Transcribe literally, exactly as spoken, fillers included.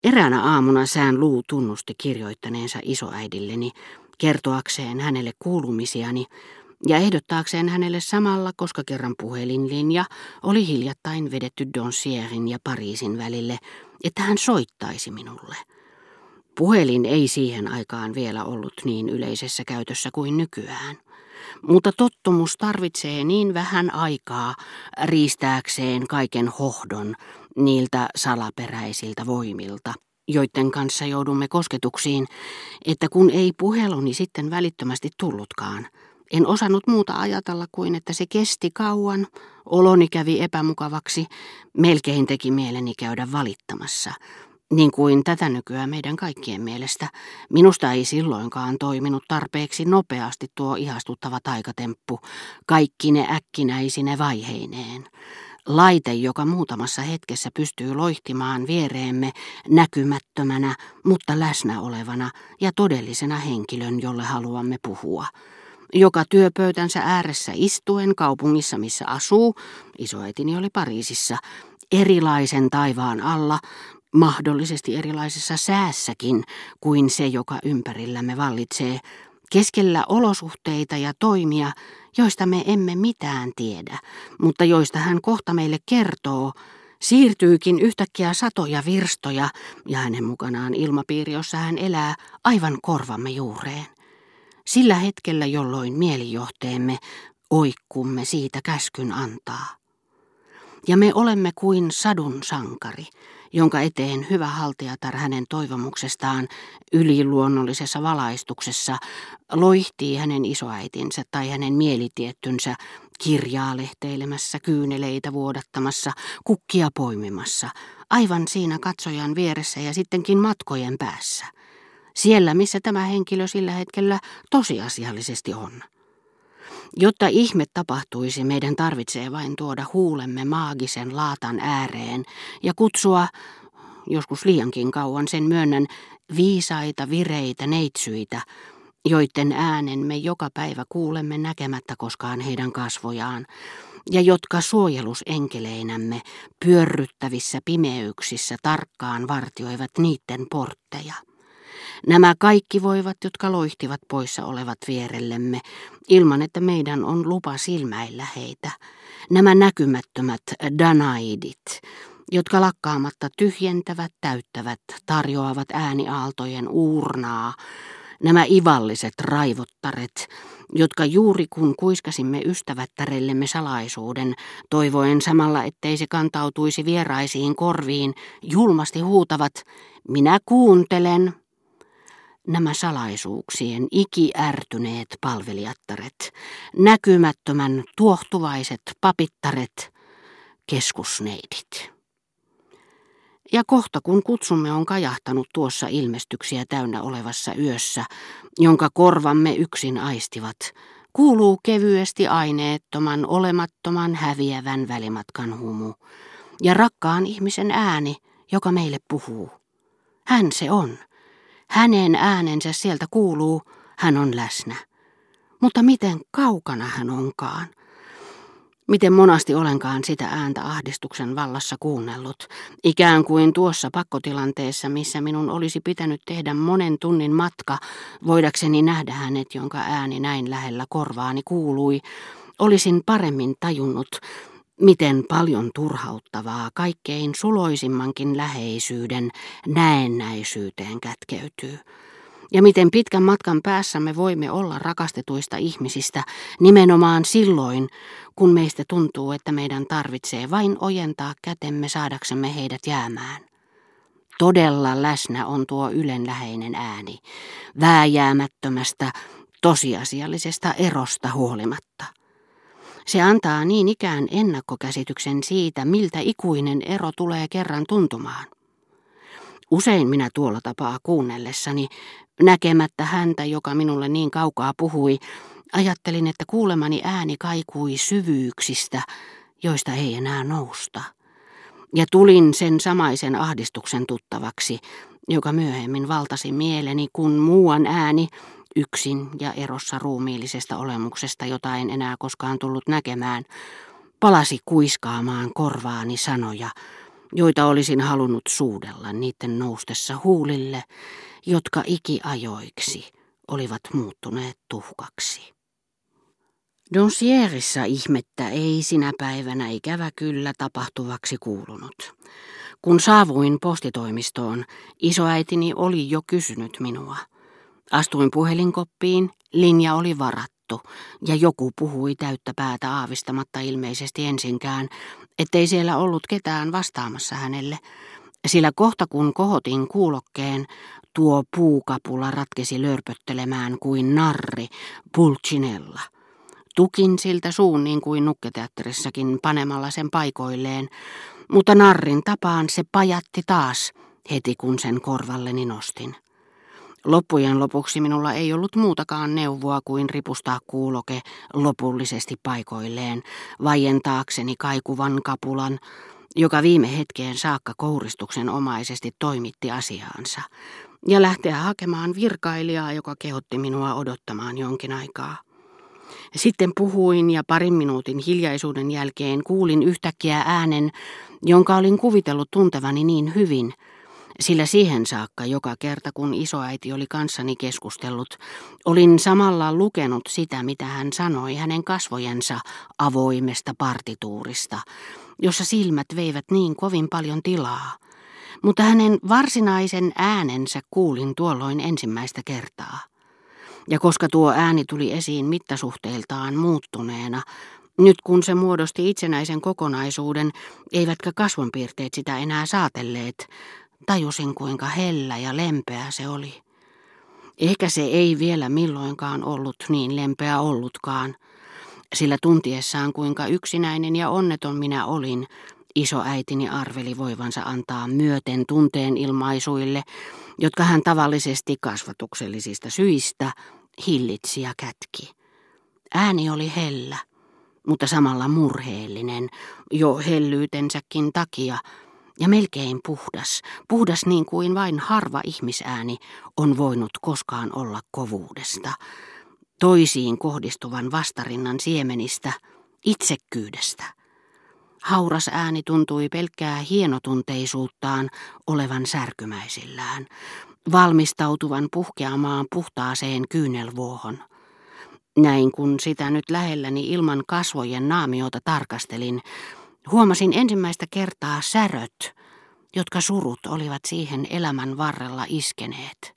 Eräänä aamuna sään Luu tunnusti kirjoittaneensa isoäidilleni kertoakseen hänelle kuulumisiani ja ehdottaakseen hänelle samalla, koska kerran puhelinlinja oli hiljattain vedetty Doncierin ja Pariisin välille, että hän soittaisi minulle. Puhelin ei siihen aikaan vielä ollut niin yleisessä käytössä kuin nykyään. Mutta tottumus tarvitsee niin vähän aikaa riistääkseen kaiken hohdon niiltä salaperäisiltä voimilta, joiden kanssa joudumme kosketuksiin, että kun ei puheluni sitten välittömästi tullutkaan, en osannut muuta ajatella kuin että se kesti kauan, oloni kävi epämukavaksi, melkein teki mieleni käydä valittamassa. Niin kuin tätä nykyään meidän kaikkien mielestä, minusta ei silloinkaan toiminut tarpeeksi nopeasti tuo ihastuttava taikatemppu, kaikki ne äkkinäisine vaiheineen. Laite, joka muutamassa hetkessä pystyy loihtimaan viereemme näkymättömänä, mutta läsnä olevana ja todellisena henkilön, jolle haluamme puhua. Joka työpöytänsä ääressä istuen kaupungissa, missä asuu, isoäitini oli Pariisissa, erilaisen taivaan alla, mahdollisesti erilaisessa säässäkin kuin se, joka ympärillämme vallitsee, keskellä olosuhteita ja toimia, joista me emme mitään tiedä, mutta joista hän kohta meille kertoo, siirtyykin yhtäkkiä satoja virstoja ja hänen mukanaan ilmapiiri, jossa hän elää, aivan korvamme juureen. Sillä hetkellä, jolloin mielijohteemme oikkumme siitä käskyn antaa. Ja me olemme kuin sadun sankari, jonka eteen hyvä haltijatar hänen toivomuksestaan yliluonnollisessa valaistuksessa loihtii hänen isoäitinsä tai hänen mielitiettynsä kirjaa lehteilemässä, kyyneleitä vuodattamassa, kukkia poimimassa, aivan siinä katsojan vieressä ja sittenkin matkojen päässä. Siellä, missä tämä henkilö sillä hetkellä tosiasiallisesti on. Jotta ihme tapahtuisi, meidän tarvitsee vain tuoda huulemme maagisen laatan ääreen ja kutsua, joskus liiankin kauan sen myönnän, viisaita, vireitä neitsyitä, joiden äänen me joka päivä kuulemme näkemättä koskaan heidän kasvojaan, ja jotka suojelusenkeleinämme pyörryttävissä pimeyksissä tarkkaan vartioivat niiden portteja. Nämä kaikki voivat, jotka loihtivat poissa olevat vierellemme, ilman että meidän on lupa silmäillä heitä. Nämä näkymättömät danaidit, jotka lakkaamatta tyhjentävät, täyttävät, tarjoavat ääniaaltojen uurnaa. Nämä ivalliset raivottaret, jotka juuri kun kuiskasimme ystävättärellemme salaisuuden, toivoen samalla ettei se kantautuisi vieraisiin korviin, julmasti huutavat, minä kuuntelen. Nämä salaisuuksien ikiärtyneet palvelijattaret, näkymättömän tuohtuvaiset papittaret, keskusneidit. Ja kohta kun kutsumme on kajahtanut tuossa ilmestyksiä täynnä olevassa yössä, jonka korvamme yksin aistivat, kuuluu kevyesti aineettoman, olemattoman, häviävän välimatkan humu ja rakkaan ihmisen ääni, joka meille puhuu. Hän se on. Hänen äänensä sieltä kuuluu, hän on läsnä. Mutta miten kaukana hän onkaan? Miten monasti olenkaan sitä ääntä ahdistuksen vallassa kuunnellut, ikään kuin tuossa pakkotilanteessa, missä minun olisi pitänyt tehdä monen tunnin matka, voidakseni nähdä hänet, jonka ääni näin lähellä korvaani kuului, olisin paremmin tajunnut, miten paljon turhauttavaa kaikkein suloisimmankin läheisyyden näennäisyyteen kätkeytyy. Ja miten pitkän matkan päässä me voimme olla rakastetuista ihmisistä nimenomaan silloin, kun meistä tuntuu, että meidän tarvitsee vain ojentaa kätemme saadaksemme heidät jäämään. Todella läsnä on tuo ylenläheinen ääni, vääjäämättömästä, tosiasiallisesta erosta huolimatta. Se antaa niin ikään ennakkokäsityksen siitä, miltä ikuinen ero tulee kerran tuntumaan. Usein minä tuolla tapaa kuunnellessani, näkemättä häntä, joka minulle niin kaukaa puhui, ajattelin, että kuulemani ääni kaikui syvyyksistä, joista ei enää nousta. Ja tulin sen samaisen ahdistuksen tuttavaksi, joka myöhemmin valtasi mieleni, kun muuan ääni, yksin ja erossa ruumiillisesta olemuksesta, jota en enää koskaan tullut näkemään, palasi kuiskaamaan korvaani sanoja, joita olisin halunnut suudella niiden noustessa huulille, jotka ikiajoiksi olivat muuttuneet tuhkaksi. Doncierissa ihmettä ei sinä päivänä ikävä kyllä tapahtuvaksi kuulunut. Kun saavuin postitoimistoon, isoäitini oli jo kysynyt minua. Astuin puhelinkoppiin, linja oli varattu, ja joku puhui täyttä päätä aavistamatta ilmeisesti ensinkään, ettei siellä ollut ketään vastaamassa hänelle, sillä kohta kun kohotin kuulokkeen, tuo puukapula ratkesi lörpöttelemään kuin narri Pulcinella. Tukin siltä suun niin kuin nukketeatterissakin panemalla sen paikoilleen, mutta narrin tapaan se pajatti taas heti kun sen korvalleni nostin. Loppujen lopuksi minulla ei ollut muutakaan neuvoa kuin ripustaa kuuloke lopullisesti paikoilleen, vaientaakseni kaikuvan kapulan, joka viime hetkeen saakka kouristuksen omaisesti toimitti asiaansa, ja lähteä hakemaan virkailijaa, joka kehotti minua odottamaan jonkin aikaa. Sitten puhuin ja parin minuutin hiljaisuuden jälkeen kuulin yhtäkkiä äänen, jonka olin kuvitellut tuntevani niin hyvin, sillä siihen saakka joka kerta kun isoäiti oli kanssani keskustellut, olin samalla lukenut sitä, mitä hän sanoi hänen kasvojensa avoimesta partituurista, jossa silmät veivät niin kovin paljon tilaa. Mutta hänen varsinaisen äänensä kuulin tuolloin ensimmäistä kertaa. Ja koska tuo ääni tuli esiin mittasuhteiltaan muuttuneena, nyt kun se muodosti itsenäisen kokonaisuuden, eivätkä kasvonpiirteet sitä enää saatelleet, tajusin kuinka hellä ja lempeä se oli. Ehkä se ei vielä milloinkaan ollut niin lempeä ollutkaan, sillä tuntiessaan kuinka yksinäinen ja onneton minä olin, isoäitini arveli voivansa antaa myöten tunteen ilmaisuille, jotka hän tavallisesti kasvatuksellisista syistä hillitsi ja kätki. Ääni oli hellä, mutta samalla murheellinen, jo hellyytensäkin takia, ja melkein puhdas, puhdas niin kuin vain harva ihmisääni on voinut koskaan olla kovuudesta, toisiin kohdistuvan vastarinnan siemenistä, itsekkyydestä. Hauras ääni tuntui pelkkää hienotunteisuuttaan olevan särkymäisillään, valmistautuvan puhkeamaan puhtaaseen kyynelvuohon. Näin kun sitä nyt lähelläni ilman kasvojen naamiota tarkastelin, huomasin ensimmäistä kertaa säröt, jotka surut olivat siihen elämän varrella iskeneet.